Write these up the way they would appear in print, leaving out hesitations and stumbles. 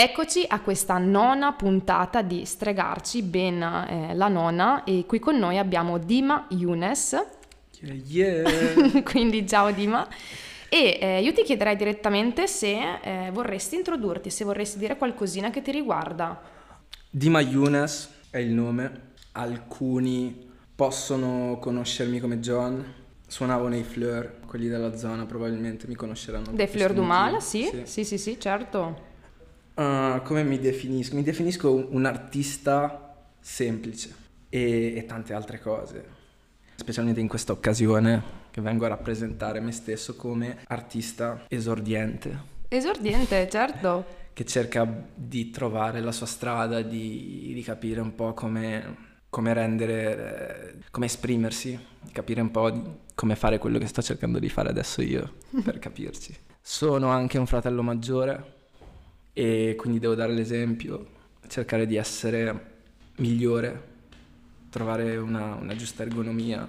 Eccoci a questa nona puntata di Stregarci, ben la nona, e qui con noi abbiamo Dima Younes. Yeah. Quindi ciao Dima. E io ti chiederei direttamente se vorresti introdurti, se vorresti dire qualcosina che ti riguarda. Dima Younes è il nome. Alcuni possono conoscermi come John. Suonavo nei Fleur, quelli della zona probabilmente mi conosceranno per Des Fleurs questo du Mal, motivo. sì, certo. Come mi definisco? Mi definisco un artista semplice e tante altre cose, specialmente in questa occasione che vengo a rappresentare me stesso come artista esordiente, Esordiente, certo. che cerca di trovare la sua strada, di capire un po' come rendere, come esprimersi, di capire un po' come fare quello che sto cercando di fare adesso io, per capirci. Sono anche un fratello maggiore e quindi devo dare l'esempio, cercare di essere migliore, trovare una giusta ergonomia.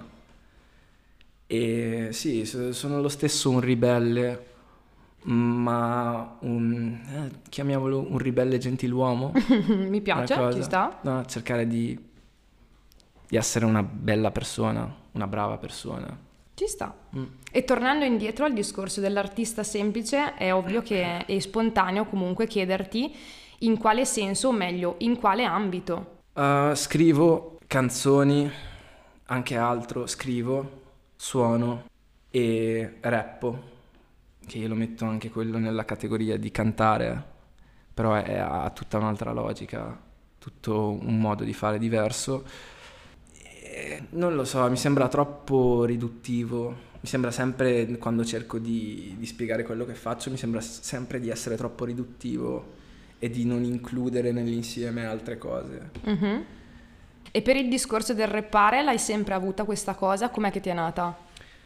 E sì, sono lo stesso un ribelle, ma chiamiamolo un ribelle gentiluomo. Mi piace, Una cosa, ci sta. no, cercare di essere una bella persona, una brava persona. Ci sta. E tornando indietro al discorso dell'artista semplice, è ovvio che è spontaneo comunque chiederti in quale senso, o meglio, in quale ambito. Scrivo canzoni, anche altro, scrivo, suono e rappo, che io lo metto anche quello nella categoria di cantare, però ha tutta un'altra logica, tutto un modo di fare diverso. Non lo so, mi sembra troppo riduttivo, mi sembra sempre, quando cerco di spiegare quello che faccio, mi sembra sempre di essere troppo riduttivo e di non includere nell'insieme altre cose. Mhm. E per il discorso del rappare, l'hai sempre avuta questa cosa? Com'è che ti è nata?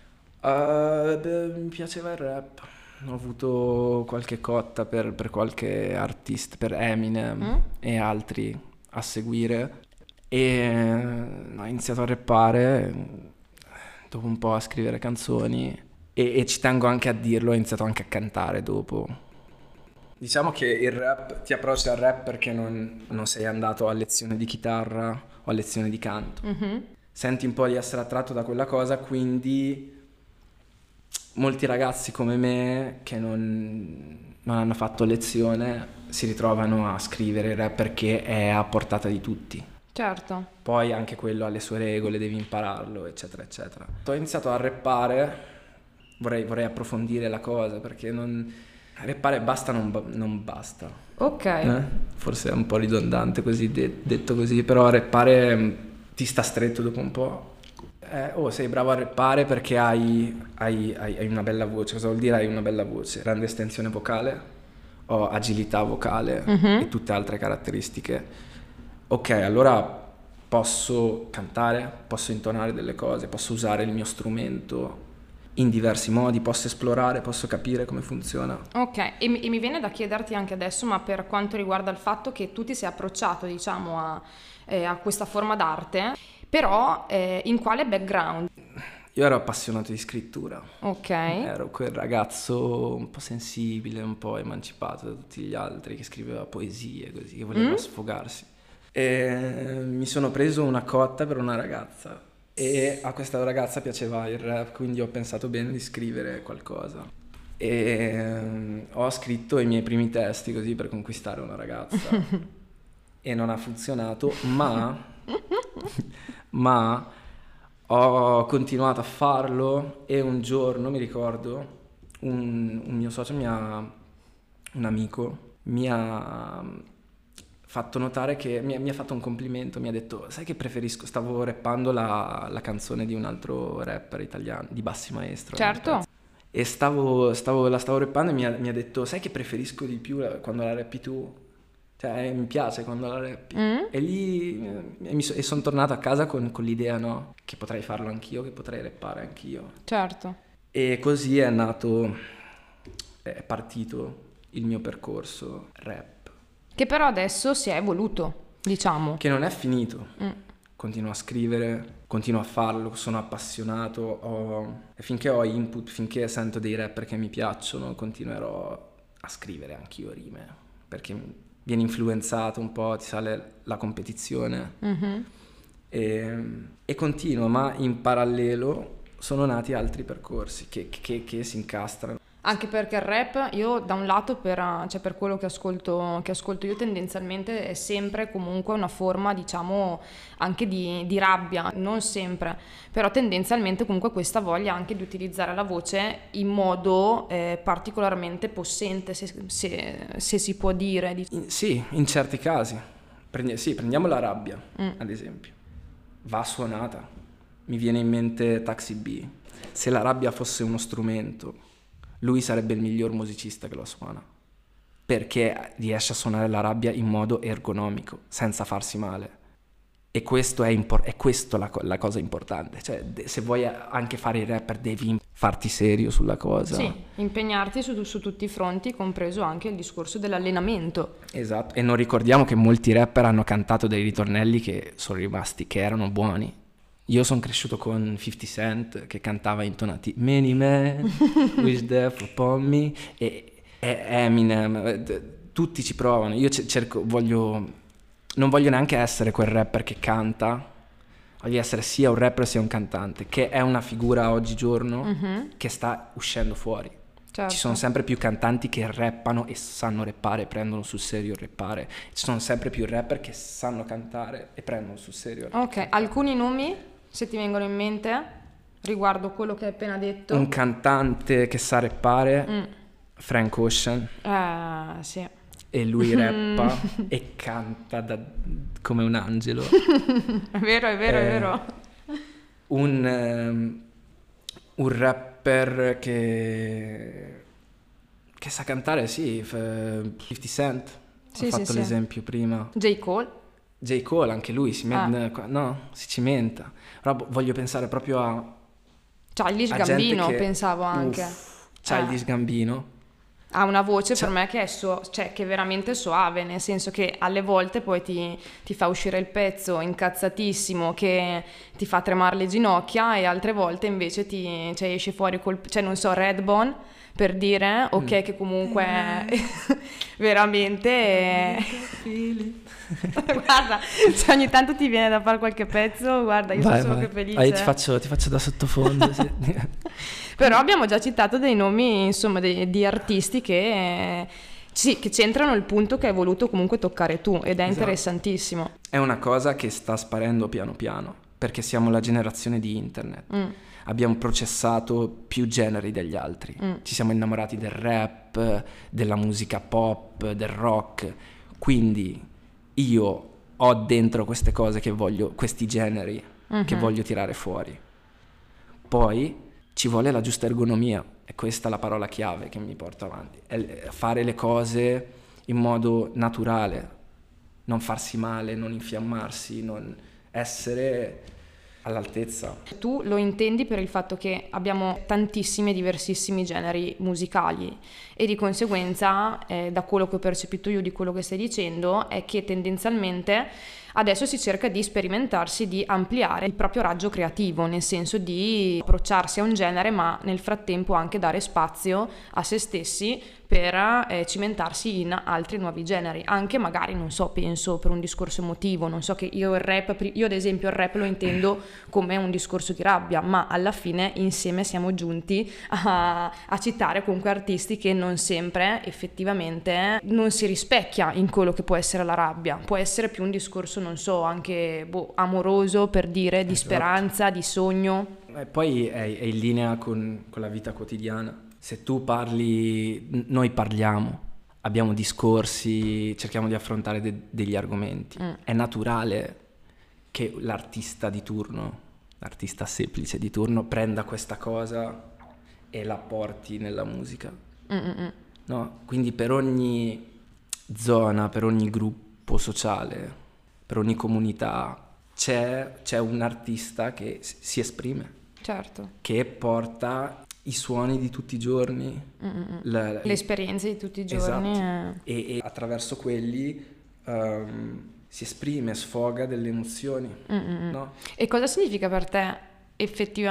Mi piaceva il rap, ho avuto qualche cotta per qualche artista, per Eminem e altri a seguire. E ho iniziato a rappare, dopo un po' a scrivere canzoni e ci tengo anche a dirlo, ho iniziato anche a cantare dopo. Diciamo che il rap, ti approcci al rap perché non sei andato a lezione di chitarra o a lezione di canto. Senti un po' di essere attratto da quella cosa, quindi molti ragazzi come me che non hanno fatto lezione si ritrovano a scrivere il rap perché è a portata di tutti. Certo. Poi anche quello ha le sue regole, devi impararlo, eccetera, eccetera. Ho iniziato a rappare, vorrei approfondire la cosa, perché rappare basta non basta. Ok. Forse è un po' ridondante così detto così, però rappare ti sta stretto dopo un po'. Sei bravo a rappare perché hai una bella voce. Cosa vuol dire hai una bella voce? Grande estensione vocale, ho agilità vocale e tutte altre caratteristiche. Ok, allora posso cantare, posso intonare delle cose, posso usare il mio strumento in diversi modi, posso esplorare, posso capire come funziona. Ok, e mi viene da chiederti anche adesso, ma per quanto riguarda il fatto che tu ti sei approcciato, diciamo, a questa forma d'arte, però in quale background? Io ero appassionato di scrittura. Ok. Ero quel ragazzo un po' sensibile, un po' emancipato da tutti gli altri, che scriveva poesie così, che voleva sfogarsi. E mi sono preso una cotta per una ragazza e a questa ragazza piaceva il rap, quindi ho pensato bene di scrivere qualcosa. E ho scritto i miei primi testi così per conquistare una ragazza e non ha funzionato, ma ho continuato a farlo e un giorno mi ricordo un mio socio, un amico, mi ha fatto notare che mi ha fatto un complimento, mi ha detto: sai che preferisco, stavo rappando la canzone di un altro rapper italiano, di Bassi Maestro. Certo. E la stavo rappando e mi ha detto: sai che preferisco di più quando la rappi tu? Cioè mi piace quando la rappi. E lì sono tornato a casa con l'idea, no? Che potrei farlo anch'io, che potrei rappare anch'io. Certo. E così è partito il mio percorso rap. Che però adesso si è evoluto, diciamo. Che non è finito. Continuo a scrivere, continuo a farlo, sono appassionato. E finché ho input, finché sento dei rapper che mi piacciono, continuerò a scrivere anch'io rime. Perché vieni influenzato un po', ti sale la competizione e continua, ma in parallelo sono nati altri percorsi che si incastrano. Anche perché il rap, io da un lato cioè per quello che ascolto io tendenzialmente è sempre comunque una forma, diciamo, anche di rabbia, non sempre, però tendenzialmente comunque questa voglia anche di utilizzare la voce in modo particolarmente possente, se si può dire. Sì, in certi casi. Prendiamo la rabbia, ad esempio. Va suonata. Mi viene in mente Taxi B. Se la rabbia fosse uno strumento, lui sarebbe il miglior musicista che lo suona, perché riesce a suonare la rabbia in modo ergonomico, senza farsi male. E questo è questo la cosa importante. Cioè, se vuoi anche fare il rapper, devi farti serio sulla cosa. Sì, impegnarti su tutti i fronti, compreso anche il discorso dell'allenamento. Esatto, e non ricordiamo che molti rapper hanno cantato dei ritornelli che erano buoni. Io sono cresciuto con 50 Cent che cantava intonati Many men wish death upon me e Eminem, tutti ci provano. Io non voglio neanche essere quel rapper che canta, voglio essere sia un rapper sia un cantante, che è una figura oggigiorno che sta uscendo fuori. Certo. Ci sono sempre più cantanti che rappano e sanno rappare, prendono sul serio il rappare. Ci sono sempre più rapper che sanno cantare e prendono sul serio il Ok, cantare. alcuni nomi, se ti vengono in mente, riguardo quello che hai appena detto. Un cantante che sa rappare, Frank Ocean. Sì. E lui rappa e canta come un angelo. È vero, è vero. Un rapper che sa cantare, sì, 50 Cent. Sì, Ho fatto sì, l'esempio prima. J. Cole. J. Cole, anche lui si cimenta. Però voglio pensare proprio a Childish gente Gambino, che, pensavo anche. Childish Gambino. Ha una voce per me che che è veramente soave, nel senso che alle volte poi ti fa uscire il pezzo incazzatissimo che ti fa tremare le ginocchia e altre volte invece esce fuori non so, Redbone, per dire, ok, che comunque veramente guarda, se ogni tanto ti viene da fare qualche pezzo, guarda, io sono solo che felice. Ti faccio da sottofondo. Sì. Però abbiamo già citato dei nomi, insomma, di artisti che centrano il punto che hai voluto comunque toccare tu, ed è interessantissimo. È una cosa che sta sparendo piano piano, perché siamo la generazione di internet. Abbiamo processato più generi degli altri. Ci siamo innamorati del rap, della musica pop, del rock. Quindi io ho dentro queste cose questi generi che voglio tirare fuori. Poi ci vuole la giusta ergonomia, e questa è la parola chiave che mi porta avanti. È fare le cose in modo naturale, non farsi male, non infiammarsi, non essere all'altezza. Tu lo intendi per il fatto che abbiamo tantissimi e diversissimi generi musicali e di conseguenza, da quello che ho percepito io di quello che stai dicendo, è che tendenzialmente adesso si cerca di sperimentarsi, di ampliare il proprio raggio creativo, nel senso di approcciarsi a un genere ma nel frattempo anche dare spazio a se stessi per cimentarsi in altri nuovi generi, anche magari, non so, penso per un discorso emotivo, non so, che io ad esempio il rap lo intendo come un discorso di rabbia, ma alla fine insieme siamo giunti a citare comunque artisti che non sempre effettivamente non si rispecchia in quello che può essere la rabbia, può essere più un discorso, non so, anche amoroso, per dire, di speranza, di sogno. E poi è in linea con la vita quotidiana. Se tu parli, noi parliamo, abbiamo discorsi, cerchiamo di affrontare degli argomenti. È naturale che l'artista di turno, l'artista semplice di turno, prenda questa cosa e la porti nella musica. No? Quindi per ogni zona, per ogni gruppo sociale, per ogni comunità c'è un artista che si esprime. Certo. Che porta i suoni di tutti i giorni, le esperienze di tutti i giorni. Esatto. E attraverso quelli si esprime, sfoga delle emozioni. No? E cosa significa per te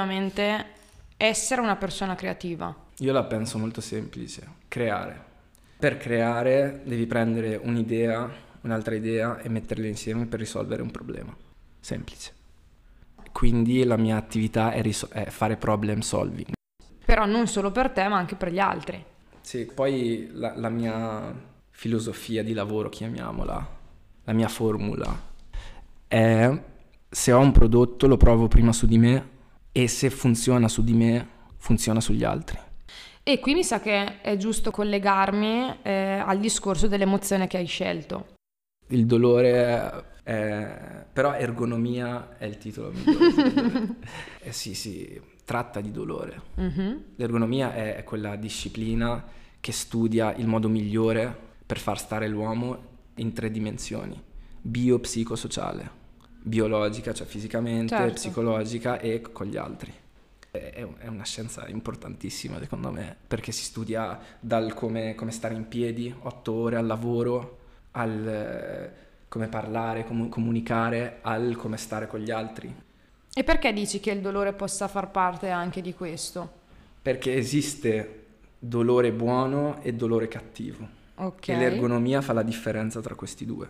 effettivamente essere una persona creativa? Io la penso molto semplice: creare. Per creare devi prendere un'idea, un'altra idea e metterle insieme per risolvere un problema. Semplice. Quindi la mia attività è fare problem solving. Però non solo per te, ma anche per gli altri. Sì, poi la mia filosofia di lavoro, chiamiamola, la mia formula, è: se ho un prodotto lo provo prima su di me, e se funziona su di me, funziona sugli altri. E qui mi sa che è giusto collegarmi al discorso dell'emozione che hai scelto. Il dolore però ergonomia è il titolo migliore. Sì, tratta di dolore. L'ergonomia è quella disciplina che studia il modo migliore per far stare l'uomo in 3 dimensioni: bio-psico-sociale, biologica, cioè fisicamente, certo, psicologica e con gli altri. È una scienza importantissima secondo me, perché si studia dal come stare in piedi 8 ore al lavoro, al come parlare, comunicare, al come stare con gli altri. E perché dici che il dolore possa far parte anche di questo? Perché esiste dolore buono e dolore cattivo. Ok. E l'ergonomia fa la differenza tra questi due.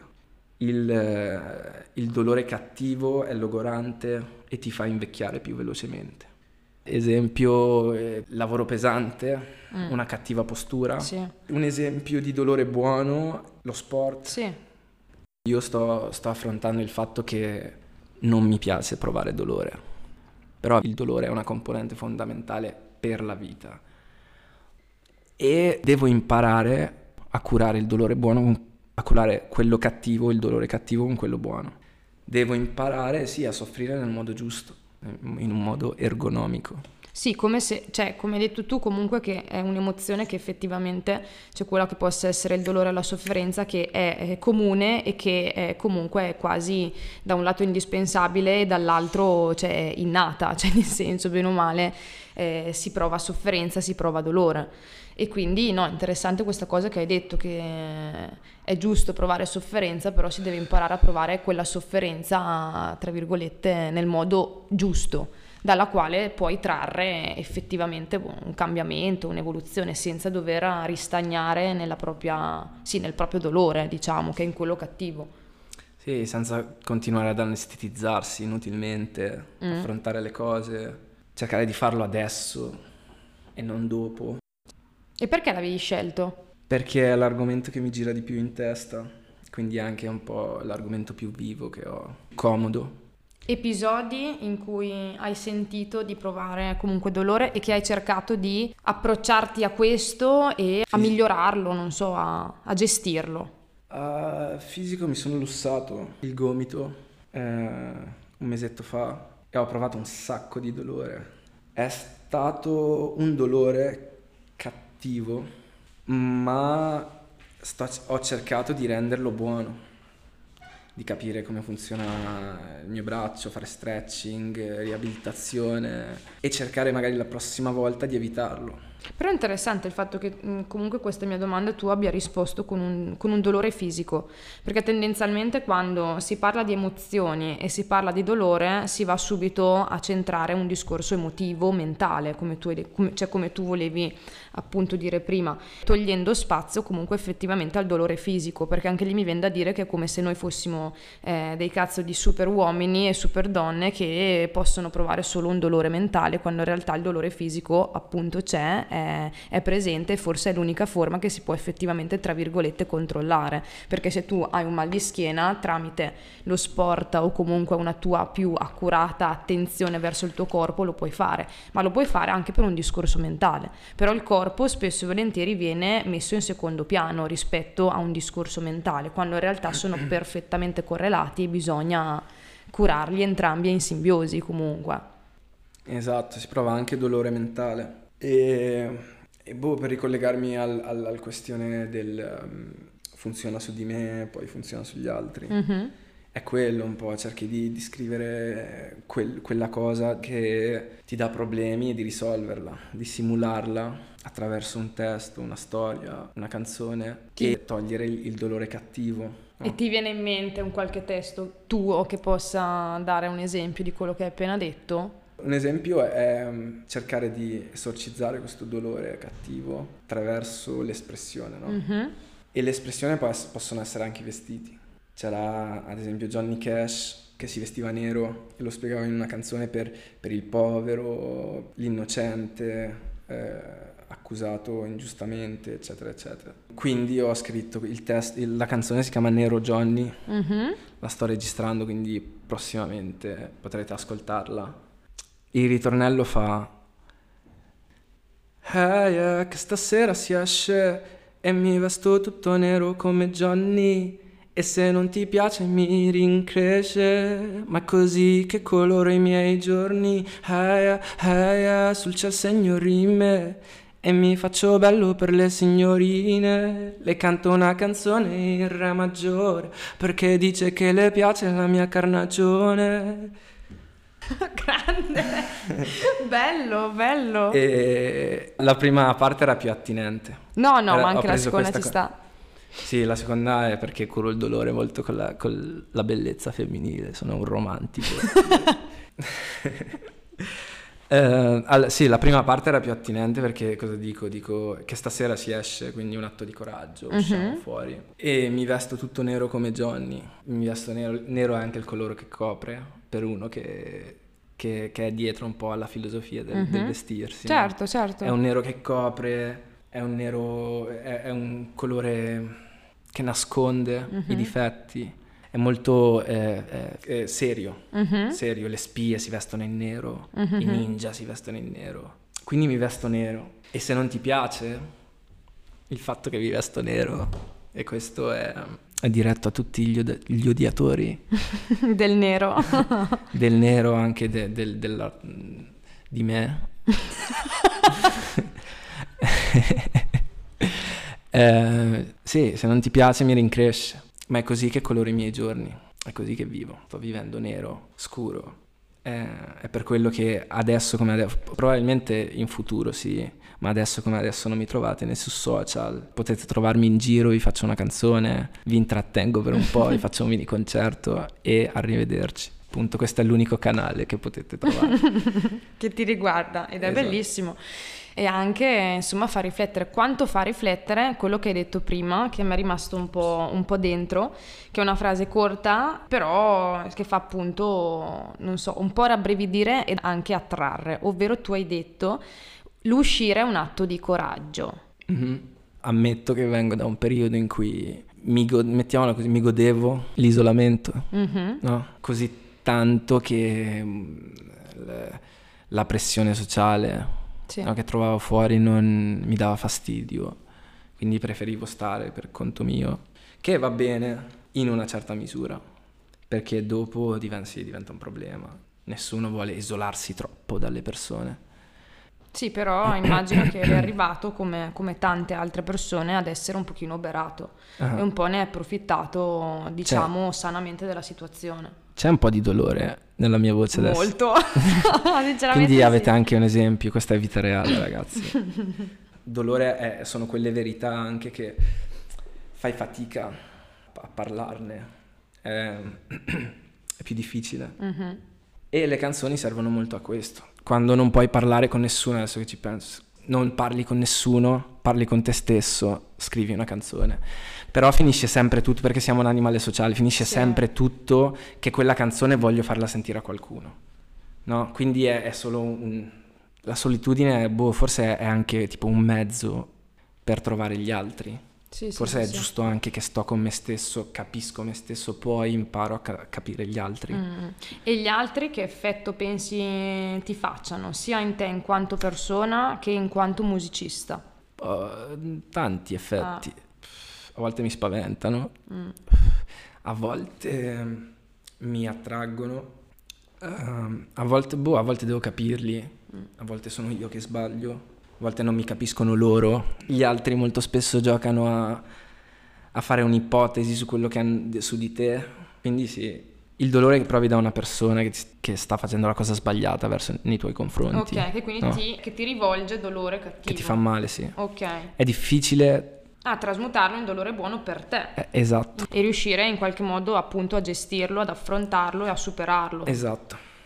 Il dolore cattivo è logorante e ti fa invecchiare più velocemente. Esempio, lavoro pesante, una cattiva postura. Sì. Un esempio di dolore buono, lo sport. Sì. Io sto affrontando il fatto che non mi piace provare dolore, però il dolore è una componente fondamentale per la vita e devo imparare a curare il dolore buono, a curare quello cattivo, il dolore cattivo con quello buono. Devo imparare, sì, a soffrire nel modo giusto, in un modo ergonomico. Sì, come hai detto tu, comunque, che è un'emozione che effettivamente c'è quella che possa essere il dolore e la sofferenza, che è comune e che è comunque quasi da un lato indispensabile e dall'altro innata, nel senso, bene o male, si prova sofferenza, si prova dolore. E quindi no, interessante questa cosa che hai detto, che è giusto provare sofferenza, però si deve imparare a provare quella sofferenza, tra virgolette, nel modo giusto, dalla quale puoi trarre effettivamente un cambiamento, un'evoluzione, senza dover ristagnare nel proprio dolore, diciamo, che è in quello cattivo. Sì, senza continuare ad anestetizzarsi inutilmente, affrontare le cose, cercare di farlo adesso e non dopo. E perché l'avevi scelto? Perché è l'argomento che mi gira di più in testa, quindi è anche un po' l'argomento più vivo che ho, comodo. Episodi in cui hai sentito di provare comunque dolore e che hai cercato di approcciarti a questo e a migliorarlo, non so, a gestirlo. Fisico mi sono lussato il gomito un mesetto fa e ho provato un sacco di dolore. È stato un dolore cattivo, ma ho cercato di renderlo buono, di capire come funziona il mio braccio, fare stretching, riabilitazione e cercare magari la prossima volta di evitarlo. Però è interessante il fatto che comunque questa mia domanda tu abbia risposto con un dolore fisico, perché tendenzialmente quando si parla di emozioni e si parla di dolore si va subito a centrare un discorso emotivo, mentale, come tu volevi appunto dire prima, togliendo spazio comunque effettivamente al dolore fisico, perché anche lì mi viene da dire che è come se noi fossimo dei cazzo di super uomini e super donne che possono provare solo un dolore mentale, quando in realtà il dolore fisico appunto è presente e forse è l'unica forma che si può effettivamente, tra virgolette, controllare, perché se tu hai un mal di schiena, tramite lo sport o comunque una tua più accurata attenzione verso il tuo corpo lo puoi fare, ma lo puoi fare anche per un discorso mentale. Però il corpo spesso e volentieri viene messo in secondo piano rispetto a un discorso mentale, quando in realtà sono perfettamente correlati e bisogna curarli entrambi in simbiosi comunque. Esatto, si prova anche dolore mentale. E per ricollegarmi alla questione del funziona su di me, poi funziona sugli altri, è quello un po', cerchi di scrivere quella cosa che ti dà problemi e di risolverla, di simularla attraverso un testo, una storia, una canzone e togliere il dolore cattivo. No? E ti viene in mente un qualche testo tuo che possa dare un esempio di quello che hai appena detto? Un esempio è cercare di esorcizzare questo dolore cattivo attraverso l'espressione, no? Mhm. E l'espressione possono essere anche i vestiti. C'era ad esempio Johnny Cash che si vestiva nero e lo spiegava in una canzone per il povero, l'innocente, accusato ingiustamente, eccetera, eccetera. Quindi ho scritto la canzone si chiama Nero Johnny, Mhm. la sto registrando, quindi prossimamente potrete ascoltarla. Il ritornello fa: hey, che stasera si esce e mi vesto tutto nero come Johnny, e se non ti piace mi rincresce, ma è così che coloro i miei giorni. Hey, sul ciel segno rime e mi faccio bello per le signorine. Le canto una canzone in re maggiore perché dice che le piace la mia carnagione. Grande, bello, bello. E la prima parte era più attinente. No, Ma anche la seconda ci sta. Sì, la seconda è perché curo il dolore molto con la bellezza femminile, sono un romantico. Sì, la prima parte era più attinente perché cosa dico? Dico che stasera si esce, quindi un atto di coraggio, usciamo fuori. E mi vesto tutto nero come Johnny, mi vesto nero è anche il colore che copre, per uno che è dietro un po' alla filosofia del vestirsi. Certo, no? certo. È un nero che copre, è un nero, è un colore che nasconde i difetti, è molto serio, serio, le spie si vestono in nero, i ninja si vestono in nero, quindi mi vesto nero. E se non ti piace il fatto che mi vesto nero, e questo è diretto a tutti gli odiatori Del nero. del nero, anche di me. Sì, se non ti piace mi rincresce, ma è così che coloro i miei giorni, è così che vivo, sto vivendo nero, scuro. È per quello che adesso come adesso, probabilmente in futuro sì, ma adesso come adesso non mi trovate né su social, potete trovarmi in giro, vi faccio una canzone, vi intrattengo per un po', vi faccio un mini concerto e arrivederci. Appunto, questo è l'unico canale che potete trovare. Che ti riguarda ed è Esatto. bellissimo. E anche, insomma, fa riflettere. Quanto fa riflettere quello che hai detto prima, che mi è rimasto un po' dentro, che è una frase corta, però che fa appunto, non so, un po' rabbrividire ed anche attrarre. Ovvero tu hai detto, l'uscire è un atto di coraggio. Ammetto che vengo da un periodo in cui, mettiamola così, mi godevo l'isolamento, no? Così tanto che la pressione sociale... Sì. No, che trovavo fuori non mi dava fastidio, quindi preferivo stare per conto mio, che va bene in una certa misura, perché dopo diventa un problema, nessuno vuole isolarsi troppo dalle persone. Sì, però immagino che eri arrivato come tante altre persone ad essere un pochino oberato e un po' ne hai approfittato, diciamo, sanamente della situazione. C'è un po' di dolore nella mia voce adesso. Molto, sinceramente. Quindi avete sì. anche un esempio, questa è vita reale, ragazzi. Dolore sono quelle verità anche che fai fatica a parlarne, è più difficile. E le canzoni servono molto a questo. Quando non puoi parlare con nessuno, adesso che ci penso, non parli con nessuno, parli con te stesso, scrivi una canzone. Però finisce sempre tutto, perché siamo un animale sociale, finisce sempre tutto che quella canzone voglio farla sentire a qualcuno, no? Quindi è solo la solitudine, forse è anche tipo un mezzo per trovare gli altri. Sì, Forse sì, è giusto anche che sto con me stesso, capisco me stesso, poi imparo a capire gli altri. E gli altri che effetto pensi ti facciano, sia in te in quanto persona che in quanto musicista? Tanti effetti. A volte mi spaventano, a volte mi attraggono, a volte devo capirli, a volte sono io che sbaglio, a volte non mi capiscono loro. Gli altri molto spesso giocano a fare un'ipotesi su quello che hanno su di te, quindi sì, il dolore che provi da una persona che sta facendo la cosa sbagliata nei tuoi confronti. Ok, che quindi che ti rivolge dolore cattivo. Che ti fa male, sì. Ok. È difficile... trasmutarlo in dolore buono per te. Esatto. E riuscire in qualche modo appunto a gestirlo, ad affrontarlo e a superarlo. Esatto.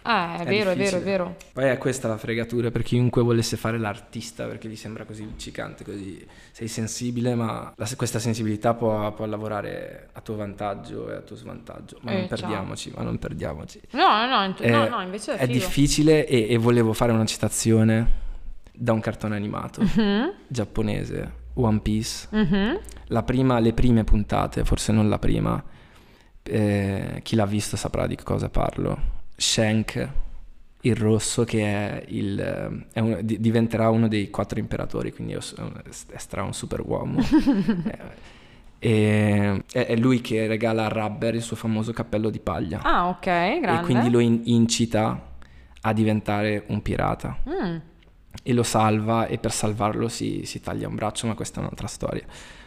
È vero, difficile. è vero. Poi è questa la fregatura per chiunque volesse fare l'artista, perché gli sembra così luccicante, così sei sensibile, ma questa sensibilità può lavorare a tuo vantaggio e a tuo svantaggio. Ma non perdiamoci, ma non perdiamoci. No, invece è difficile e volevo fare una citazione da un cartone animato giapponese, One Piece. Le prime puntate, forse non la prima, chi l'ha visto saprà di cosa parlo. Shank, il rosso, che diventerà uno dei 4 imperatori, quindi sarà un super uomo. È lui che regala a Rubber il suo famoso cappello di paglia. Ah, ok, grande. E quindi lo incita a diventare un pirata. E lo salva, e per salvarlo si taglia un braccio, ma questa è un'altra storia.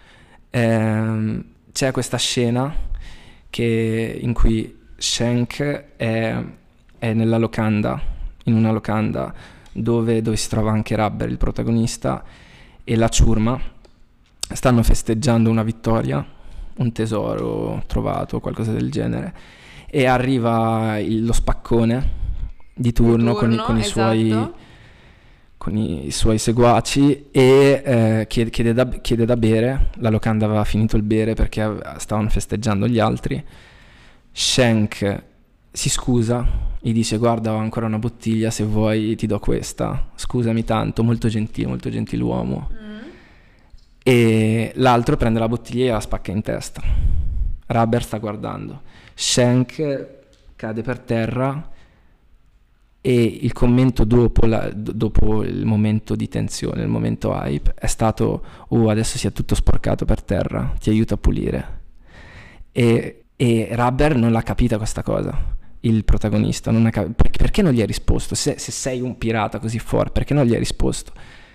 C'è questa scena in cui Shank è nella locanda, in una locanda dove si trova anche Rubber, il protagonista, e la ciurma stanno festeggiando una vittoria, un tesoro trovato, qualcosa del genere, e arriva lo spaccone di turno con i esatto. con i suoi seguaci e chiede da bere. La locanda aveva finito il bere perché stavano festeggiando gli altri. Shank si scusa, gli dice: guarda, ho ancora una bottiglia, se vuoi ti do questa, scusami tanto, molto gentiluomo. E l'altro prende la bottiglia e la spacca in testa. Rubber sta guardando, Shank cade per terra e il commento dopo il momento di tensione, il momento hype, è stato: adesso si è tutto sporcato per terra, ti aiuto a pulire. E Rubber non l'ha capita questa cosa, il protagonista non ha perché non gli hai risposto? Se sei un pirata così forte, perché non gli hai risposto?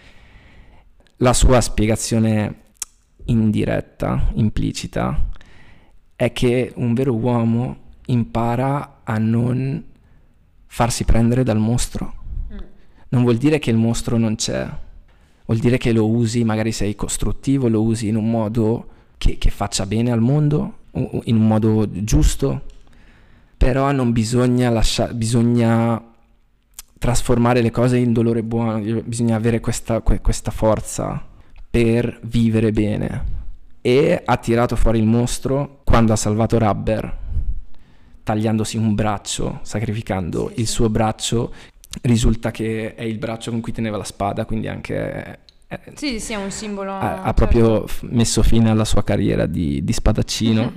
La sua spiegazione indiretta, implicita, è che un vero uomo impara a non farsi prendere dal mostro. Non vuol dire che il mostro non c'è, vuol dire che lo usi, magari sei costruttivo, lo usi in un modo che faccia bene al mondo, in un modo giusto, però non bisogna bisogna trasformare le cose in dolore buono, bisogna avere questa forza per vivere bene. E ha tirato fuori il mostro quando ha salvato Rubber, tagliandosi un braccio, sacrificando il suo braccio. Risulta che è il braccio con cui teneva la spada, quindi anche sì, è un simbolo. Ha proprio messo fine alla sua carriera di spadaccino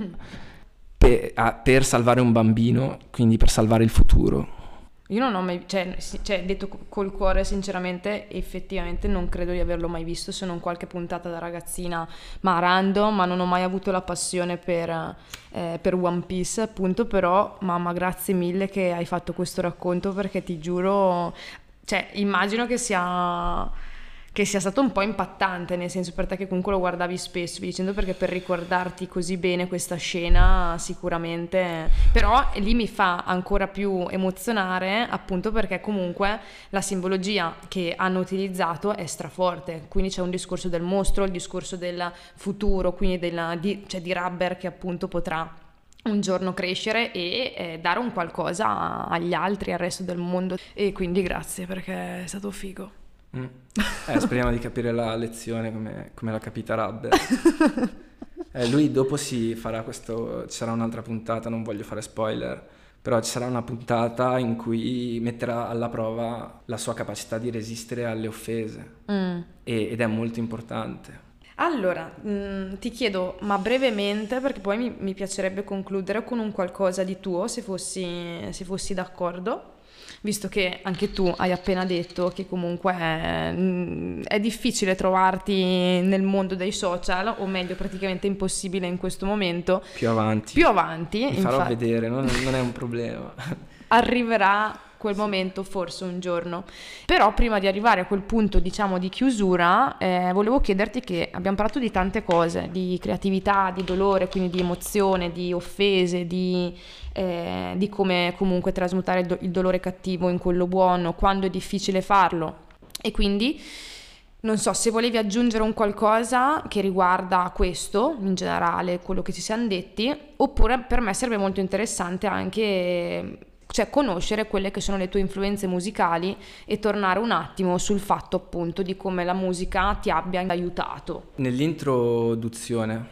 per salvare un bambino, quindi per salvare il futuro. Io non ho mai, detto col cuore, sinceramente, effettivamente non credo di averlo mai visto, se non qualche puntata da ragazzina, ma random, ma non ho mai avuto la passione per One Piece, appunto. Però mamma, grazie mille che hai fatto questo racconto, perché ti giuro, immagino che sia stato un po' impattante, nel senso, per te che comunque lo guardavi spesso, vi dicendo, perché per ricordarti così bene questa scena sicuramente, però lì mi fa ancora più emozionare, appunto perché comunque la simbologia che hanno utilizzato è straforte, quindi c'è un discorso del mostro, il discorso del futuro, quindi di Rubber che appunto potrà un giorno crescere e dare un qualcosa agli altri, al resto del mondo, e quindi grazie, perché è stato figo. Speriamo di capire la lezione come l'ha capita Rubber. Lui dopo ci sarà un'altra puntata, non voglio fare spoiler, però ci sarà una puntata in cui metterà alla prova la sua capacità di resistere alle offese, ed è molto importante. Allora, ti chiedo, ma brevemente, perché poi mi piacerebbe concludere con un qualcosa di tuo, se fossi d'accordo. Visto che anche tu hai appena detto che comunque è difficile trovarti nel mondo dei social, o meglio, praticamente impossibile in questo momento. Più avanti. Mi farò vedere, non è un problema. Arriverà quel momento forse un giorno. Però prima di arrivare a quel punto, diciamo, di chiusura, volevo chiederti, che abbiamo parlato di tante cose, di creatività, di dolore, quindi di emozione, di offese, di come comunque trasmutare il dolore cattivo in quello buono, quando è difficile farlo. E quindi non so se volevi aggiungere un qualcosa che riguarda questo in generale, quello che ci siamo detti, oppure per me sarebbe molto interessante anche cioè conoscere quelle che sono le tue influenze musicali e tornare un attimo sul fatto appunto di come la musica ti abbia aiutato. Nell'introduzione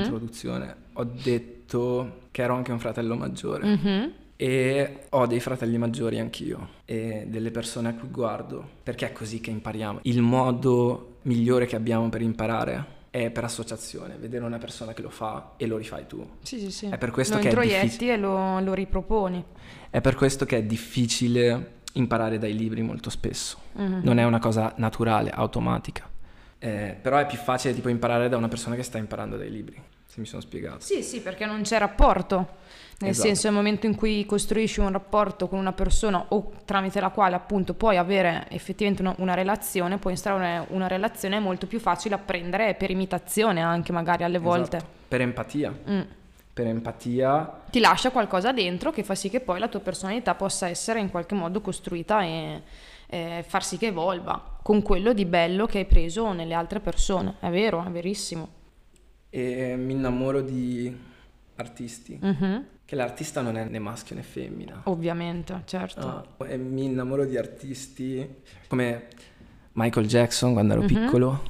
ho detto che ero anche un fratello maggiore. Mm-hmm. E ho dei fratelli maggiori anch'io e delle persone a cui guardo, perché è così che impariamo. Il modo migliore che abbiamo per imparare è per associazione, vedere una persona che lo fa e lo rifai tu. Sì. È per questo lo che introietti e lo riproponi. È per questo che è difficile imparare dai libri molto spesso. Mm-hmm. Non è una cosa naturale, automatica. Però è più facile tipo imparare da una persona che sta imparando dai libri, se mi sono spiegato. Sì, perché non c'è rapporto. Nel senso, nel momento in cui costruisci un rapporto con una persona o tramite la quale appunto puoi avere effettivamente una relazione, puoi instaurare una relazione, è molto più facile apprendere per imitazione anche magari alle volte. Per empatia. Per empatia. Ti lascia qualcosa dentro che fa sì che poi la tua personalità possa essere in qualche modo costruita e far sì che evolva con quello di bello che hai preso nelle altre persone. È vero, è verissimo. E mi innamoro di artisti. Mm-hmm. Che l'artista non è né maschio né femmina. Ovviamente, certo. E mi innamoro di artisti come Michael Jackson quando ero piccolo,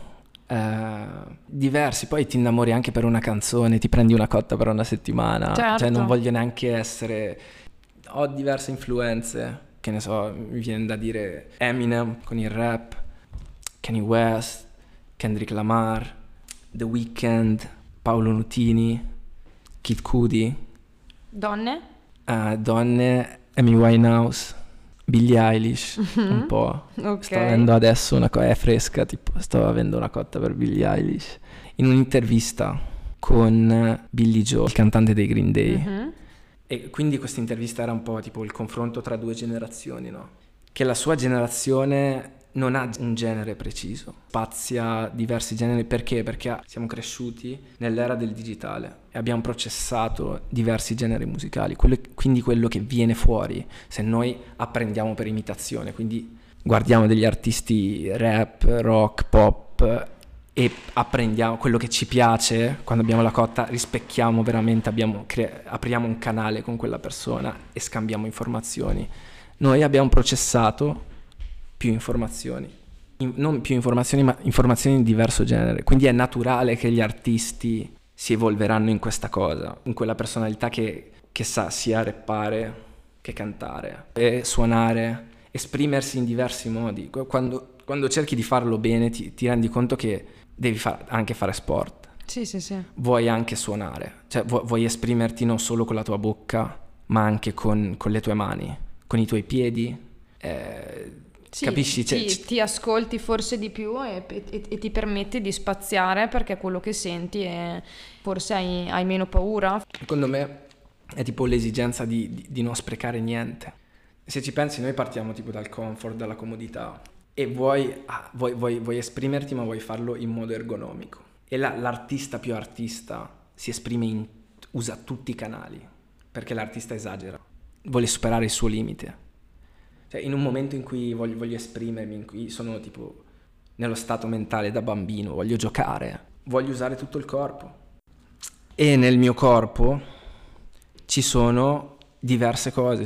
diversi, poi ti innamori anche per una canzone, ti prendi una cotta per una settimana, certo. Cioè non voglio neanche essere... Ho diverse influenze, che ne so, mi viene da dire Eminem con il rap, Kanye West, Kendrick Lamar, The Weeknd, Paolo Nutini, Kid Cudi. Donne? Donne, Amy Winehouse, Billie Eilish, un po'. Okay. Sto avendo adesso è fresca, tipo sto avendo una cotta per Billie Eilish. In un'intervista con Billie Joe, il cantante dei Green Day. E quindi questa intervista era un po' tipo il confronto tra due generazioni, no? Che la sua generazione non ha un genere preciso, spazia diversi generi. Perché? Perché siamo cresciuti nell'era del digitale e abbiamo processato diversi generi musicali, quindi quello che viene fuori, se noi apprendiamo per imitazione, quindi guardiamo degli artisti rap, rock, pop e apprendiamo quello che ci piace, quando abbiamo la cotta rispecchiamo veramente, apriamo un canale con quella persona e scambiamo informazioni. Noi abbiamo processato più informazioni, non più informazioni ma informazioni di diverso genere, quindi è naturale che gli artisti si evolveranno in questa cosa, in quella personalità che sa sia rappare che cantare e suonare, esprimersi in diversi modi. Quando cerchi di farlo bene ti rendi conto che devi anche fare sport. Sì. Vuoi anche suonare, cioè vuoi esprimerti non solo con la tua bocca ma anche con le tue mani, con i tuoi piedi. Sì, capisci? Ti ascolti forse di più e ti permetti di spaziare perché è quello che senti e forse hai meno paura. Secondo me è tipo l'esigenza di non sprecare niente. Se ci pensi, noi partiamo tipo dal comfort, dalla comodità e vuoi esprimerti ma vuoi farlo in modo ergonomico. E l'artista più artista si esprime usa tutti i canali perché l'artista esagera, vuole superare il suo limite. Cioè, in un momento in cui voglio esprimermi, in cui sono tipo nello stato mentale da bambino, voglio giocare, voglio usare tutto il corpo. E nel mio corpo ci sono diverse cose,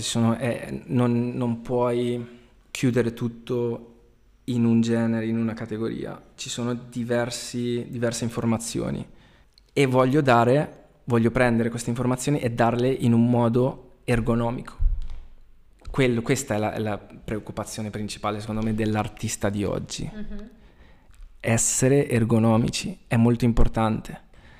non puoi chiudere tutto in un genere, in una categoria. Ci sono diverse informazioni e voglio prendere queste informazioni e darle in un modo ergonomico. Questa è la preoccupazione principale, secondo me, dell'artista di oggi. Essere ergonomici è molto importante.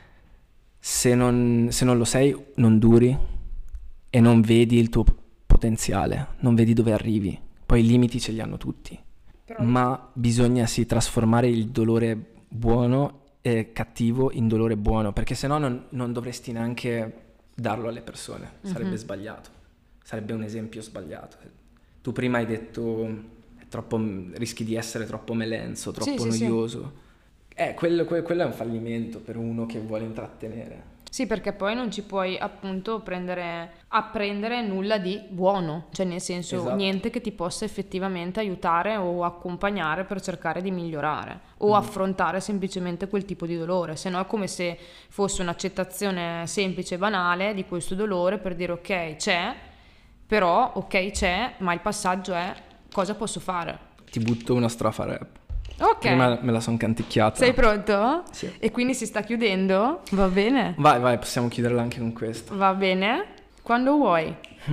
Se non lo sei, non duri e non vedi il tuo potenziale, non vedi dove arrivi. Poi i limiti ce li hanno tutti. Ma bisogna trasformare il dolore buono e cattivo in dolore buono, perché sennò non dovresti neanche darlo alle persone, sarebbe sbagliato. Sarebbe un esempio sbagliato. Tu prima hai detto rischi di essere troppo melenso, troppo noioso. Quello è un fallimento per uno che vuole intrattenere. Sì, perché poi non ci puoi appunto apprendere nulla di buono, cioè nel senso esatto. Niente che ti possa effettivamente aiutare o accompagnare per cercare di migliorare o affrontare semplicemente quel tipo di dolore, se no è come se fosse un'accettazione semplice e banale di questo dolore per dire ok, c'è, Però, ok, c'è, ma il passaggio è cosa posso fare? Ti butto una strofa rap. Ok. Prima me la son canticchiata. Sei pronto? Sì. E quindi si sta chiudendo? Va bene? Vai, possiamo chiuderla anche con questo. Va bene? Quando vuoi.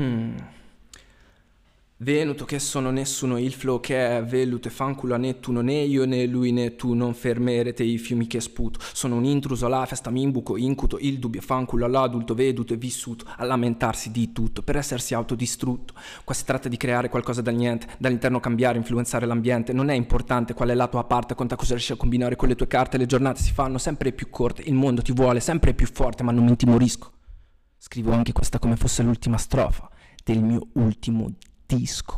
Venuto che sono nessuno, il flow che è veluto e fanculo a Nettuno, né io né lui né tu, non fermerete i fiumi che sputo. Sono un intruso alla festa, mi imbuco, incuto il dubbio fanculo all'adulto veduto e vissuto, a lamentarsi di tutto per essersi autodistrutto. Qua si tratta di creare qualcosa dal niente, dall'interno cambiare, influenzare l'ambiente. Non è importante qual è la tua parte, conta cosa riesci a combinare con le tue carte. Le giornate si fanno sempre più corte, il mondo ti vuole sempre più forte, ma non mi intimorisco. Scrivo anche questa come fosse l'ultima strofa del mio ultimo disco.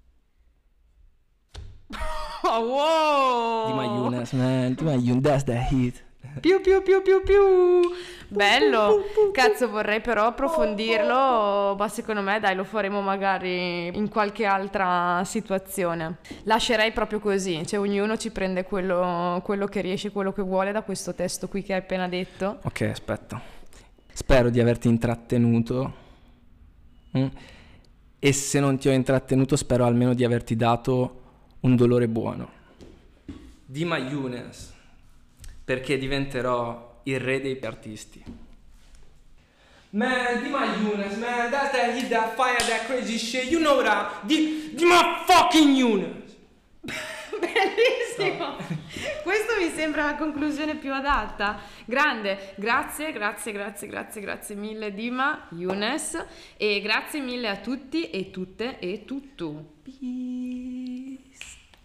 Oh, wow! Di my Younes, man. Di my Younes, that's the hit. Più. Bello. Cazzo, vorrei però approfondirlo, ma secondo me dai, lo faremo magari in qualche altra situazione. Lascerei proprio così, cioè ognuno ci prende quello che riesce, quello che vuole da questo testo qui che hai appena detto. Ok, aspetta. Spero di averti intrattenuto. E se non ti ho intrattenuto, spero almeno di averti dato un dolore buono. Di my Younes, perché diventerò il re dei artisti. Man, di my Younes, man, that's that hit, that fire, that crazy shit, you know that. Di my fucking Younes. Bellissimo. Questo mi sembra la conclusione più adatta. Grande, grazie mille Dima Younes, e grazie mille a tutti e tutte e tutto.